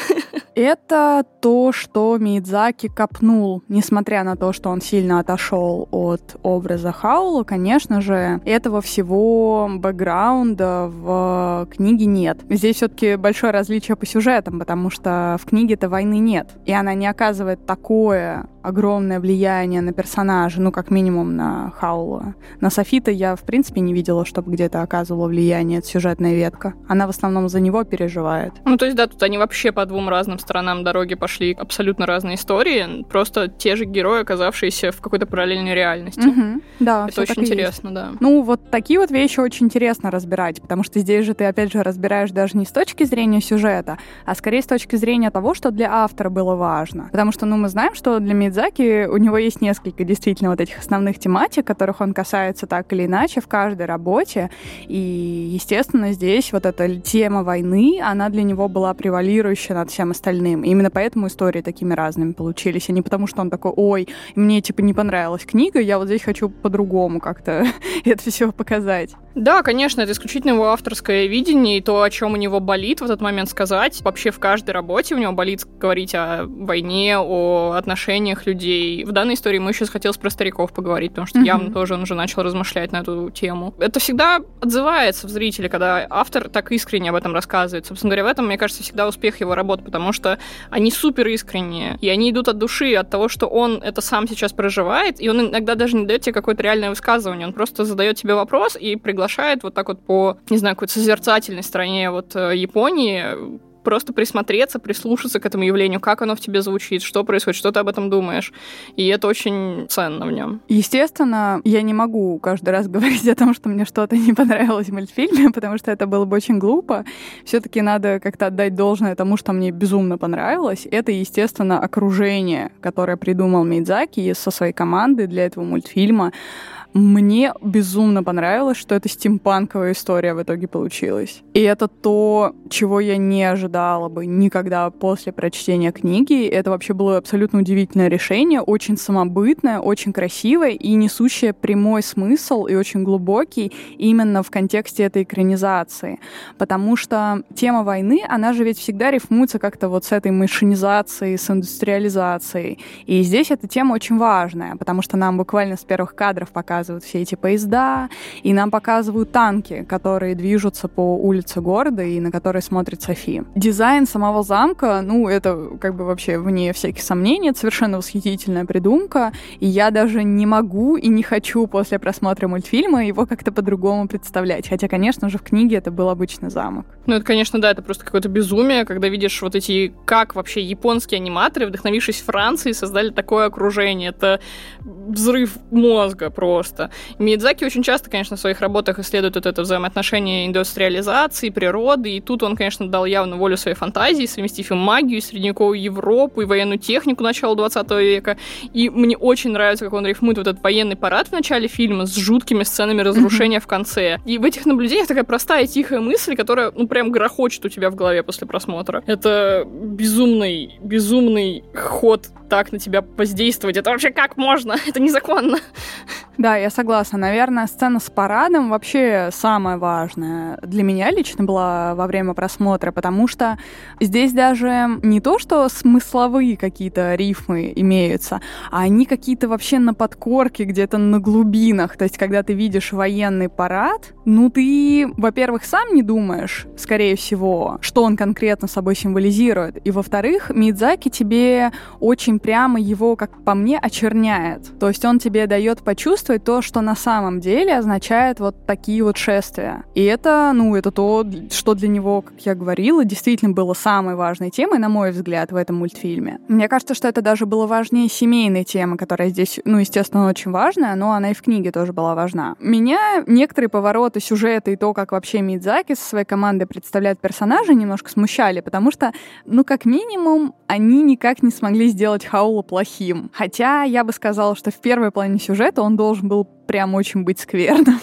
Это то, что Миядзаки копнул, несмотря на то, что он сильно отошел от образа Хаула, конечно же, этого всего бэкграунда в книге нет. Здесь все-таки большое различие по сюжетам, потому что в книге-то войны нет, и она не оказывает такое огромное влияние на персонажа, ну, как минимум на Хаула. На Софита я, в принципе, не видела, чтобы где-то оказывала влияние эта сюжетная ветка. Она в основном за него переживает. Ну, то есть, да, тут они вообще по двум разным сторонам дороги пошли, абсолютно разные истории, просто те же герои, оказавшиеся в какой-то параллельной реальности. Угу. Да, это очень интересно, да. Ну, вот такие вот вещи очень интересно разбирать, потому что здесь же ты, опять же, разбираешь даже не с точки зрения сюжета, а скорее с точки зрения того, что для автора было важно. Потому что, ну, мы знаем, что для Миядзаки у него есть несколько действительно вот этих основных тематик, которых он касается так или иначе в каждой работе, и, естественно, здесь вот эта тема войны, она для него была превалирующая над всем остальным. И именно поэтому истории такими разными получились, а не потому, что он такой: ой, мне, типа, не понравилась книга, я вот здесь хочу по-другому как-то это все показать. Да, конечно, это исключительно его авторское видение, и то, о чем у него болит в этот момент сказать. Вообще в каждой работе у него болит говорить о войне, о отношениях людей. В данной истории мы еще хотелось про стариков поговорить, потому что mm-hmm. явно тоже он уже начал размышлять на эту тему. Это всегда отзывается в зрителе, когда автор так искренне об этом рассказывает. Собственно говоря, в этом, мне кажется, всегда успех его работ, потому что они супер искренние, и они идут от души, от того, что он это сам сейчас проживает, и он иногда даже не дает тебе какое-то реальное высказывание, он просто задает тебе вопрос и приглашает вот так вот по, не знаю, какой-то созерцательной стороне вот Японии просто присмотреться, прислушаться к этому явлению, как оно в тебе звучит, что происходит, что ты об этом думаешь. И это очень ценно в нем. Естественно, я не могу каждый раз говорить о том, что мне что-то не понравилось в мультфильме, потому что это было бы очень глупо. Все-таки надо как-то отдать должное тому, что мне безумно понравилось. Это, естественно, окружение, которое придумал Миядзаки со своей командой для этого мультфильма. Мне безумно понравилось, что это стимпанковая история в итоге получилась. И это то, чего я не ожидала бы никогда после прочтения книги. Это вообще было абсолютно удивительное решение, очень самобытное, очень красивое и несущее прямой смысл и очень глубокий именно в контексте этой экранизации. Потому что тема войны, она же ведь всегда рифмуется как-то вот с этой машинизацией, с индустриализацией. И здесь эта тема очень важная, потому что нам буквально с первых кадров показывают, показывают все эти поезда, и нам показывают танки, которые движутся по улице города и на которые смотрит Софи. Дизайн самого замка, ну, это как бы вообще вне всяких сомнений, это совершенно восхитительная придумка, и я даже не могу и не хочу после просмотра мультфильма его как-то по-другому представлять. Хотя, конечно же, в книге это был обычный замок. Ну, это, конечно, да, это просто какое-то безумие, когда видишь вот эти, как вообще японские аниматоры, вдохновившись Францией, создали такое окружение. Это взрыв мозга просто. Миядзаки очень часто, конечно, в своих работах исследует вот это взаимоотношение индустриализации, природы, и тут он, конечно, дал явно волю своей фантазии, совместив и магию, и средневековую Европу, и военную технику начала двадцатого века. И мне очень нравится, как он рифмует вот этот военный парад в начале фильма с жуткими сценами разрушения mm-hmm. в конце. И в этих наблюдениях такая простая, тихая мысль, которая, ну, прям грохочет у тебя в голове после просмотра. Это безумный, безумный ход так на тебя воздействовать. Это вообще как можно? Это незаконно. Да, я согласна. Наверное, сцена с парадом вообще самая важная для меня лично была во время просмотра, потому что здесь даже не то, что смысловые какие-то рифмы имеются, а они какие-то вообще на подкорке, где-то на глубинах. То есть, когда ты видишь военный парад, ну ты, во-первых, сам не думаешь, скорее всего, что он конкретно собой символизирует. И, во-вторых, Миядзаки тебе очень прямо его, как по мне, очерняет. То есть он тебе дает почувствовать то, что на самом деле означает вот такие вот шествия. И это, ну, это то, что для него, как я говорила, действительно было самой важной темой, на мой взгляд, в этом мультфильме. Мне кажется, что это даже было важнее семейной темы, которая здесь, ну, естественно, очень важная, но она и в книге тоже была важна. Меня некоторые повороты сюжета и то, как вообще Миядзаки со своей командой представляет персонажей, немножко смущали, потому что, ну, как минимум, они никак не смогли сделать Хаула плохим. Хотя я бы сказала, что в первой половине сюжета он должен был прям очень быть скверным.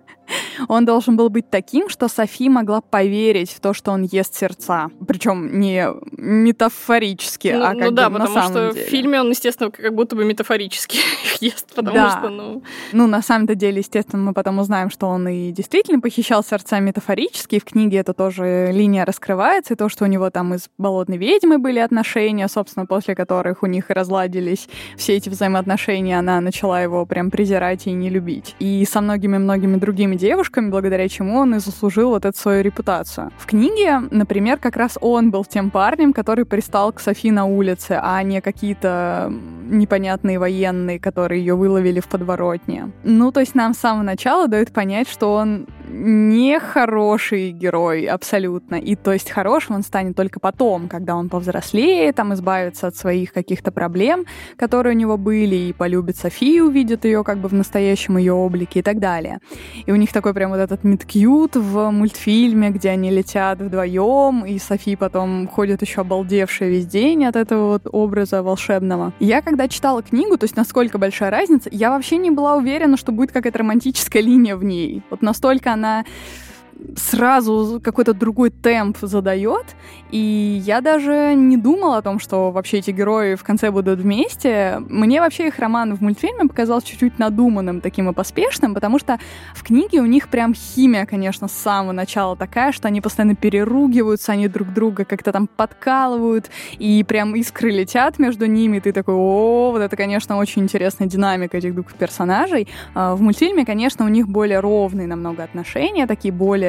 Он должен был быть таким, что Софи могла поверить в то, что он ест сердца. Причем не метафорически, ну, а как ну, бы да, на потому самом что деле. В фильме он, естественно, как будто бы метафорически их ест, потому да. что, ну... Ну, на самом-то деле, естественно, мы потом узнаем, что он и действительно похищал сердца метафорически, и в книге это тоже линия раскрывается, и то, что у него там и с болотной ведьмой были отношения, собственно, после которых у них разладились все эти взаимоотношения, она начала его прям презирать и не любить. И со многими-многими другими девушками, благодаря чему он и заслужил вот эту свою репутацию. В книге, например, как раз он был тем парнем, который пристал к Софи на улице, а не какие-то непонятные военные, которые ее выловили в подворотне. Ну, то есть нам с самого начала дают понять, что он не хороший герой абсолютно. И то есть хорошим он станет только потом, когда он повзрослеет, там избавится от своих каких-то проблем, которые у него были, и полюбит Софи, увидит ее как бы в настоящем ее облике и так далее. И у них такой прям вот этот мид-кьют в мультфильме, где они летят вдвоем, и Софи потом ходит еще обалдевшая весь день от этого вот образа волшебного. Я когда читала книгу, то есть насколько большая разница, я вообще не была уверена, что будет какая-то романтическая линия в ней. Вот настолько она сразу какой-то другой темп задает, и я даже не думала о том, что вообще эти герои в конце будут вместе. Мне вообще их роман в мультфильме показался чуть-чуть надуманным таким и поспешным, потому что в книге у них прям химия, конечно, с самого начала такая, что они постоянно переругиваются, они друг друга как-то там подкалывают, и прям искры летят между ними, и ты такой: о, вот это, конечно, очень интересная динамика этих двух персонажей. В мультфильме, конечно, у них более ровные намного отношения, такие более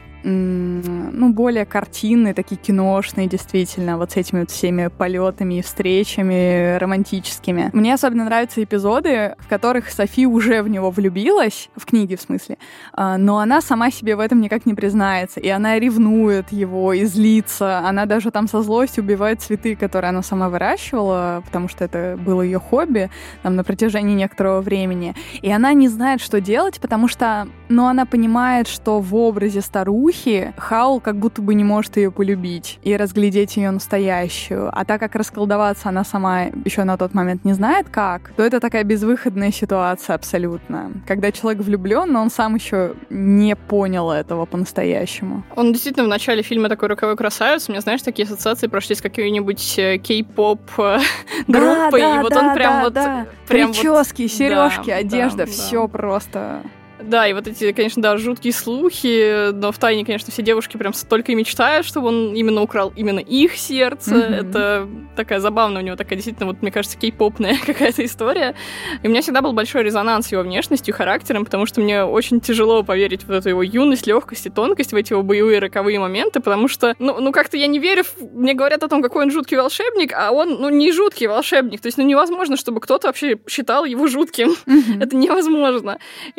ну, более картинные, такие киношные, действительно, вот с этими вот всеми полетами и встречами романтическими. Мне особенно нравятся эпизоды, в которых Софи уже в него влюбилась, в книге в смысле, но она сама себе в этом никак не признается, и она ревнует его, и злится, она даже там со злостью убивает цветы, которые она сама выращивала, потому что это было ее хобби там на протяжении некоторого времени, и она не знает, что делать, потому что, ну, она понимает, что в образе старухи Хаул как будто бы не может ее полюбить и разглядеть ее настоящую. А так как расколдоваться она сама еще на тот момент не знает как, то это такая безвыходная ситуация абсолютно. Когда человек влюблен, но он сам еще не понял этого по-настоящему. Он действительно в начале фильма такой роковой красавец. У меня, знаешь, такие ассоциации прошли с какой-нибудь кей-поп группой. Да, да, и вот да, он прям да, вот... да. Прям прически, вот... сережки, да, одежда, да, все да. просто... Да, и вот эти, конечно, да, жуткие слухи, но втайне, конечно, все девушки прям столько и мечтают, чтобы он именно украл именно их сердце. Mm-hmm. Это такая забавная у него, такая действительно, вот, мне кажется, кей-попная какая-то история. И у меня всегда был большой резонанс с его внешностью, характером, потому что мне очень тяжело поверить в эту его юность, легкость и тонкость, в эти его боевые роковые моменты, потому что, ну, ну как-то я не верю, в... мне говорят о том, какой он жуткий волшебник, а он, ну, не жуткий волшебник. То есть, ну, невозможно, чтобы кто-то вообще считал его жутким. Mm-hmm. Это невозможно.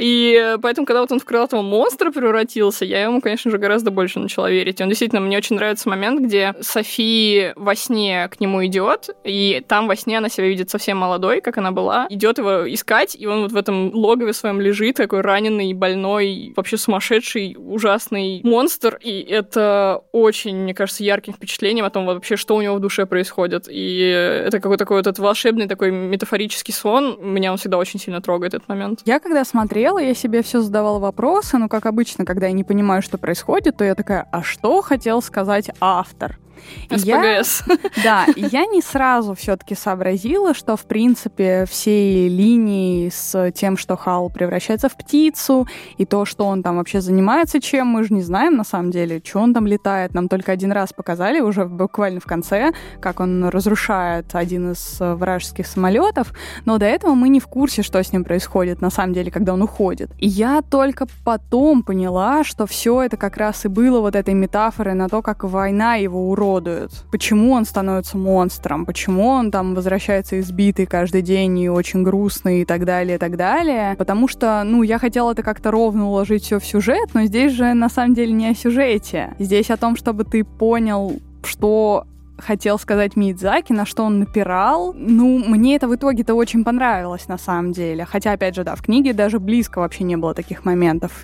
И поэтому, когда вот он в крылатого монстра превратился, я ему, конечно же, гораздо больше начала верить. И он действительно, мне очень нравится момент, где Софи во сне к нему идет, и там во сне она себя видит совсем молодой, как она была, идет его искать, и он вот в этом логове своем лежит, такой раненый, больной, вообще сумасшедший, ужасный монстр, и это очень, мне кажется, ярким впечатлением о том вообще, что у него в душе происходит. И это какой-то такой вот этот волшебный такой метафорический сон. Меня он всегда очень сильно трогает, этот момент. Я когда смотрела, я себе все задавала вопросы, но, как обычно, когда я не понимаю, что происходит, то я такая, а что хотел сказать автор? СПГС. Я, да, я не сразу все-таки сообразила, что, в принципе, все линии с тем, что Хаул превращается в птицу, и то, что он там вообще занимается чем, мы же не знаем, на самом деле, что он там летает. Нам только один раз показали, уже буквально в конце, как он разрушает один из вражеских самолетов, но до этого мы не в курсе, что с ним происходит, на самом деле, когда он уходит. И я только потом поняла, что все это как раз и было вот этой метафорой на то, как война его уродует. Почему он становится монстром, почему он там возвращается избитый каждый день и очень грустный и так далее, и так далее. Потому что, ну, я хотела это как-то ровно уложить все в сюжет, но здесь же на самом деле не о сюжете. Здесь о том, чтобы ты понял, что хотел сказать Миядзаки, на что он напирал. Ну, мне это в итоге-то очень понравилось, на самом деле. Хотя, опять же, да, в книге даже близко вообще не было таких моментов,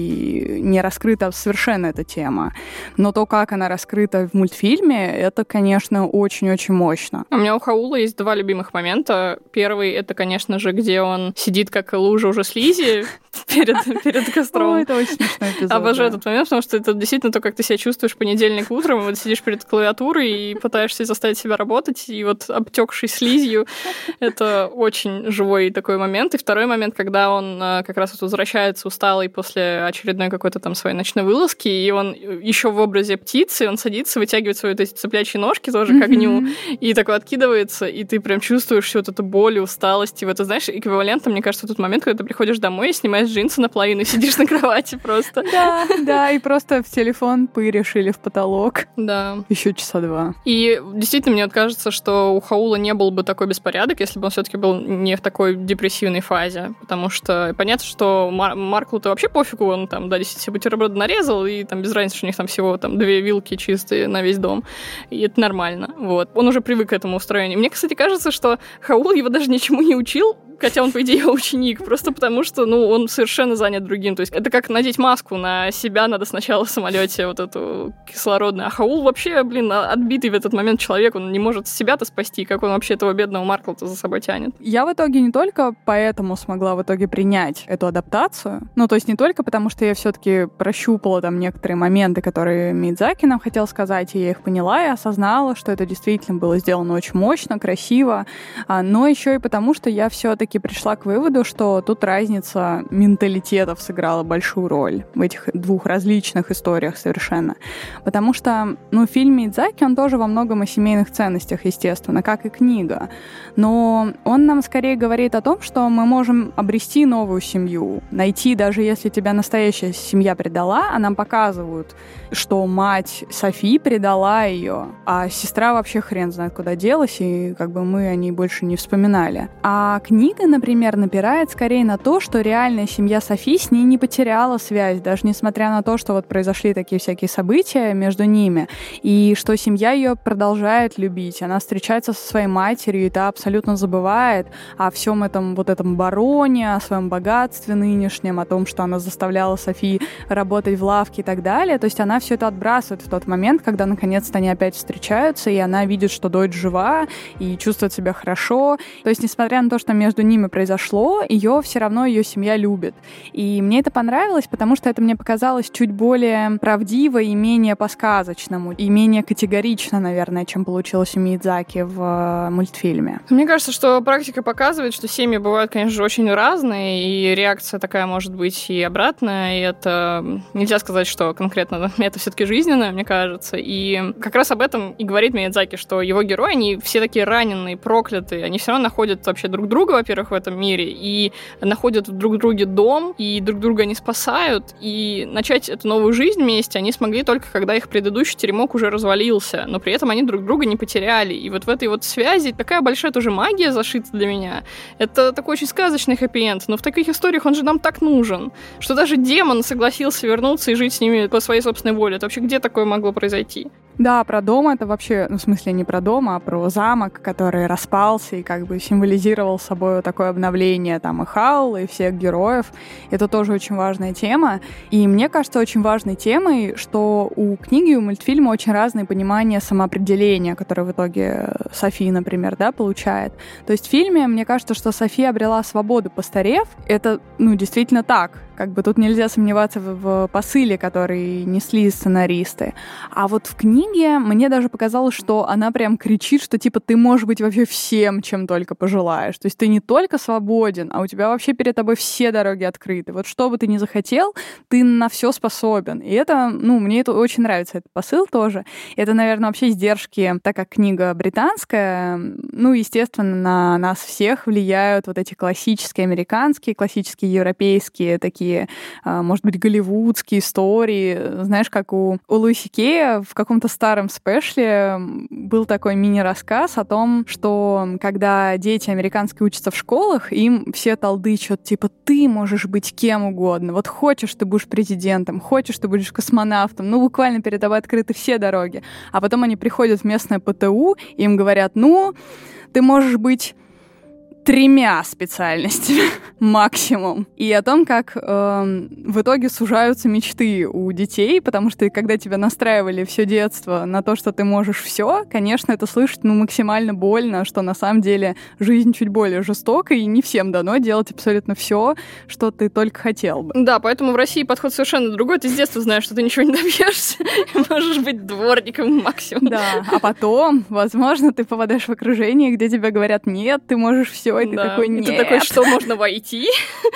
и не раскрыта совершенно эта тема. Но то, как она раскрыта в мультфильме, это, конечно, очень-очень мощно. У меня у Хаула есть два любимых момента. Первый — это, конечно же, где он сидит как лужа уже слизи перед, перед костром. Ой, это очень смешной эпизод. Обожаю этот момент, потому что это действительно то, как ты себя чувствуешь в понедельник утром, вот сидишь перед клавиатурой и пытаешься заставить себя работать, и вот обтекший слизью — это очень живой такой момент. И второй момент, когда он как раз вот возвращается усталый после очередной какой-то там своей ночной вылазки, и он еще в образе птицы, он садится, вытягивает свои вот эти цыплячьи ножки тоже к огню, и такой откидывается, и ты прям чувствуешь всю вот эту боль, усталость. И вот, ты знаешь, эквивалентом, мне кажется, тот момент, когда ты приходишь домой и снимаешь джинсы наполовину, и сидишь на кровати просто. Да, да, и просто в телефон пыришь или в потолок. Да. Еще часа два. И действительно, мне кажется, что у Хаула не был бы такой беспорядок, если бы он все-таки был не в такой депрессивной фазе. Потому что понятно, что Мар- Марклу-то вообще пофигу, он там, да, действительно, бутерброды нарезал, и там без разницы, что у них там всего там две вилки чистые на весь дом. И это нормально. Вот. Он уже привык к этому устроению. Мне, кстати, кажется, что Хаул его даже ничему не учил, хотя он, по идее, ученик, просто потому что, ну, он совершенно занят другим. То есть это как надеть маску на себя, надо сначала в самолете вот эту кислородную. А Хаул вообще, блин, отбитый в этот момент человек, он не может себя-то спасти, как он вообще этого бедного Маркла-то за собой тянет. Я в итоге не только поэтому смогла в итоге принять эту адаптацию, ну, то есть не только потому, что я все-таки прощупала там некоторые моменты, которые Миядзаки нам хотел сказать, и я их поняла и осознала, что это действительно было сделано очень мощно, красиво, но еще и потому, что я все-таки таки пришла к выводу, что тут разница менталитетов сыграла большую роль в этих двух различных историях совершенно. Потому что, ну, фильм Миядзаки, он тоже во многом о семейных ценностях, естественно, как и книга. Но он нам скорее говорит о том, что мы можем обрести новую семью, найти, даже если тебя настоящая семья предала, а нам показывают, что мать Софи предала ее, а сестра вообще хрен знает куда делась, и как бы мы о ней больше не вспоминали. А книга, например, напирает скорее на то, что реальная семья Софи с ней не потеряла связь, даже несмотря на то, что вот произошли такие всякие события между ними, и что семья ее продолжает любить. Она встречается со своей матерью, и та абсолютно забывает о всем этом вот этом бароне, о своем богатстве нынешнем, о том, что она заставляла Софи работать в лавке и так далее. То есть она все это отбрасывает в тот момент, когда наконец-то они опять встречаются, и она видит, что дочь жива, и чувствует себя хорошо. То есть, несмотря на то, что между ними произошло, ее все равно ее семья любит. И мне это понравилось, потому что это мне показалось чуть более правдиво и менее по-сказочному, и менее категорично, наверное, чем получилось у Миядзаки в мультфильме. Мне кажется, что практика показывает, что семьи бывают, конечно же, очень разные, и реакция такая может быть и обратная, и это нельзя сказать, что конкретно это все-таки жизненное, мне кажется. И как раз об этом и говорит Миядзаки, что его герои, они все такие раненые, проклятые, они все равно находят вообще друг друга, во-первых, в этом мире, и находят друг в друге дом, и друг друга не спасают, и начать эту новую жизнь вместе они смогли только когда их предыдущий теремок уже развалился, но при этом они друг друга не потеряли. И вот в этой вот связи такая большая тоже магия зашита для меня. Это такой очень сказочный хэппи-энд, но в таких историях он же нам так нужен, что даже демон согласился вернуться и жить с ними по своей собственной воле. Это вообще где такое могло произойти? Да, про дом это вообще, ну, в смысле, не про дом, а про замок, который распался и как бы символизировал собой такое обновление там и Хаула, и всех героев. Это тоже очень важная тема. И мне кажется, очень важной темой, что у книги и у мультфильма очень разные понимания самоопределения, которое в итоге Софи, например, да, получает. То есть в фильме, мне кажется, что Софи обрела свободу, постарев. Это, ну, действительно так. Как бы тут нельзя сомневаться в, в посыле, который несли сценаристы. А вот в книге мне даже показалось, что она прям кричит, что типа ты можешь быть вообще всем, чем только пожелаешь. То есть ты не только свободен, а у тебя вообще перед тобой все дороги открыты. Вот что бы ты ни захотел, ты на все способен. И это, ну, мне это очень нравится, этот посыл тоже. Это, наверное, вообще издержки, так как книга британская, ну, естественно, на нас всех влияют вот эти классические американские, классические европейские такие, может быть, голливудские истории. Знаешь, как у, у Луиси Кея в каком-то старом спешле был такой мини-рассказ о том, что когда дети американские учатся в школах, им все толдычат, типа, ты можешь быть кем угодно. Вот хочешь, ты будешь президентом, хочешь, ты будешь космонавтом. Ну, буквально перед тобой открыты все дороги. А потом они приходят в местное ПТУ, и им говорят, ну, ты можешь быть тремя специальностями максимум. И о том, как э, в итоге сужаются мечты у детей, потому что когда тебя настраивали все детство на то, что ты можешь все, конечно, это слышать ну, максимально больно, что на самом деле жизнь чуть более жестока, и не всем дано делать абсолютно все, что ты только хотел бы. Да, поэтому в России подход совершенно другой. Ты с детства знаешь, что ты ничего не добьешься, можешь быть дворником максимум. Да, а потом, возможно, ты попадаешь в окружение, где тебе говорят, нет, ты можешь все. И ты да. такой, нет. И ты такой, что можно войти?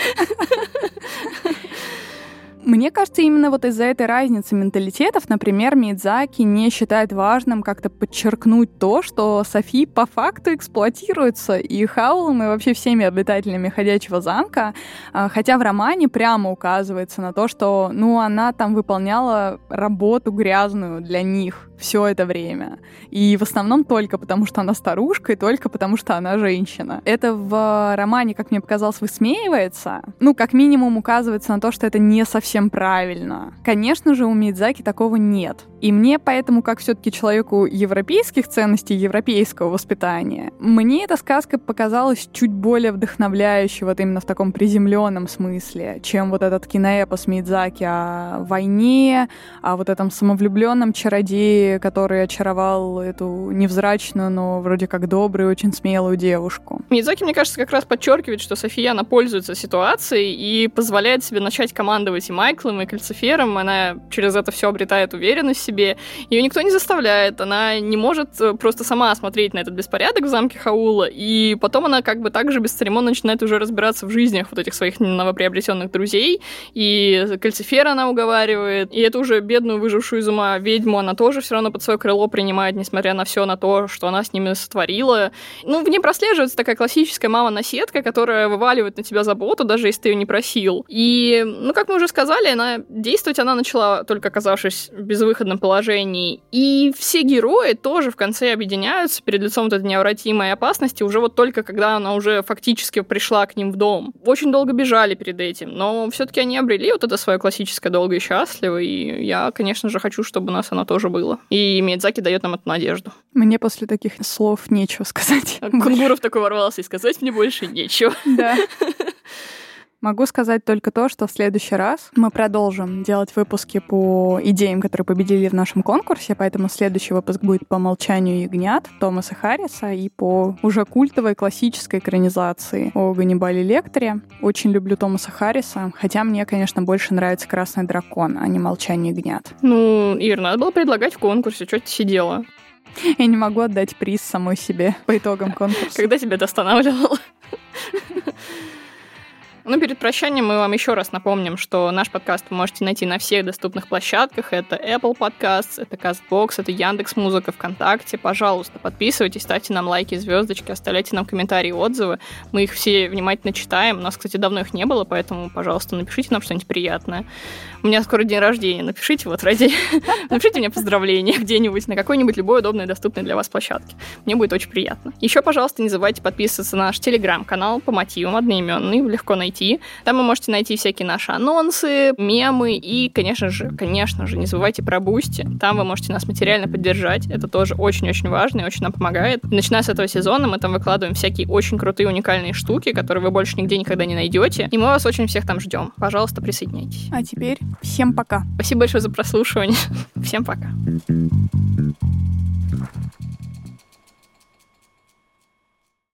Мне кажется, именно вот из-за этой разницы менталитетов, например, Миядзаки не считает важным как-то подчеркнуть то, что Софи по факту эксплуатируется и Хаулом, и вообще всеми обитателями Ходячего замка, хотя в романе прямо указывается на то, что, ну, она там выполняла работу грязную для них все это время. И в основном только потому, что она старушка, и только потому, что она женщина. Это в романе, как мне показалось, высмеивается. Ну, как минимум указывается на то, что это не совсем правильно. Конечно же, у Миядзаки такого нет. И мне поэтому, как все-таки человеку европейских ценностей, европейского воспитания, мне эта сказка показалась чуть более вдохновляющей вот именно в таком приземленном смысле, чем вот этот киноэпос Миядзаки о войне, о вот этом самовлюбленном чародее, который очаровал эту невзрачную, но вроде как добрую, очень смелую девушку. Миядзаки, мне кажется, как раз подчеркивает, что София, она пользуется ситуацией и позволяет себе начать командовать и Майклом, и Кальцифером. Она через это все обретает уверенность в себе. Ее никто не заставляет. Она не может просто сама смотреть на этот беспорядок в замке Хаула. И потом она как бы также бесцеремонно начинает уже разбираться в жизнях вот этих своих новоприобретенных друзей. И Кальцифера она уговаривает. И эту уже бедную, выжившую из ума ведьму она тоже все равно под свое крыло принимает, несмотря на все, на то, что она с ними сотворила. Ну, в ней прослеживается такая классическая мама-наседка, которая вываливает на тебя заботу, даже если ты ее не просил. И, ну, как мы уже сказали, она действовать она начала, только оказавшись в безвыходном положении. И все герои тоже в конце объединяются перед лицом вот этой необратимой опасности, уже вот только когда она уже фактически пришла к ним в дом. Очень долго бежали перед этим, но все-таки они обрели вот это свое классическое долго и счастливо, и я, конечно же, хочу, чтобы у нас оно тоже было. И Миядзаки дает нам эту надежду. Мне после таких слов нечего сказать. Кунгуров такой ворвался, и сказать мне больше нечего. Да. Могу сказать только то, что в следующий раз мы продолжим делать выпуски по идеям, которые победили в нашем конкурсе, поэтому следующий выпуск будет по «Молчанию ягнят» Томаса Харриса и по уже культовой классической экранизации о Ганнибале Лектере. Очень люблю Томаса Харриса, хотя мне, конечно, больше нравится «Красный дракон», а не «Молчание ягнят». Ну, Ир, надо было предлагать в конкурсе, что ты сидела? Я не могу отдать приз самой себе по итогам конкурса. Когда тебя это останавливало? Ну, перед прощанием мы вам еще раз напомним, что наш подкаст вы можете найти на всех доступных площадках. Это Apple Podcasts, это CastBox, это Яндекс.Музыка, ВКонтакте. Пожалуйста, подписывайтесь, ставьте нам лайки, звездочки, оставляйте нам комментарии, отзывы. Мы их все внимательно читаем. У нас, кстати, давно их не было, поэтому, пожалуйста, напишите нам что-нибудь приятное. У меня скоро день рождения. Напишите вот ради... Напишите мне поздравления где-нибудь на какой-нибудь любой удобной и доступной для вас площадке. Мне будет очень приятно. Еще, пожалуйста, не забывайте подписываться на наш Телеграм-канал по мотивам, одноименный, легко найти. Там вы можете найти всякие наши анонсы, мемы и, конечно же, конечно же, не забывайте про Бусти. Там вы можете нас материально поддержать. Это тоже очень-очень важно и очень нам помогает. Начиная с этого сезона мы там выкладываем всякие очень крутые уникальные штуки, которые вы больше нигде никогда не найдете. И мы вас очень всех там ждем. Пожалуйста, присоединяйтесь. А теперь всем пока. Спасибо большое за прослушивание. Всем пока.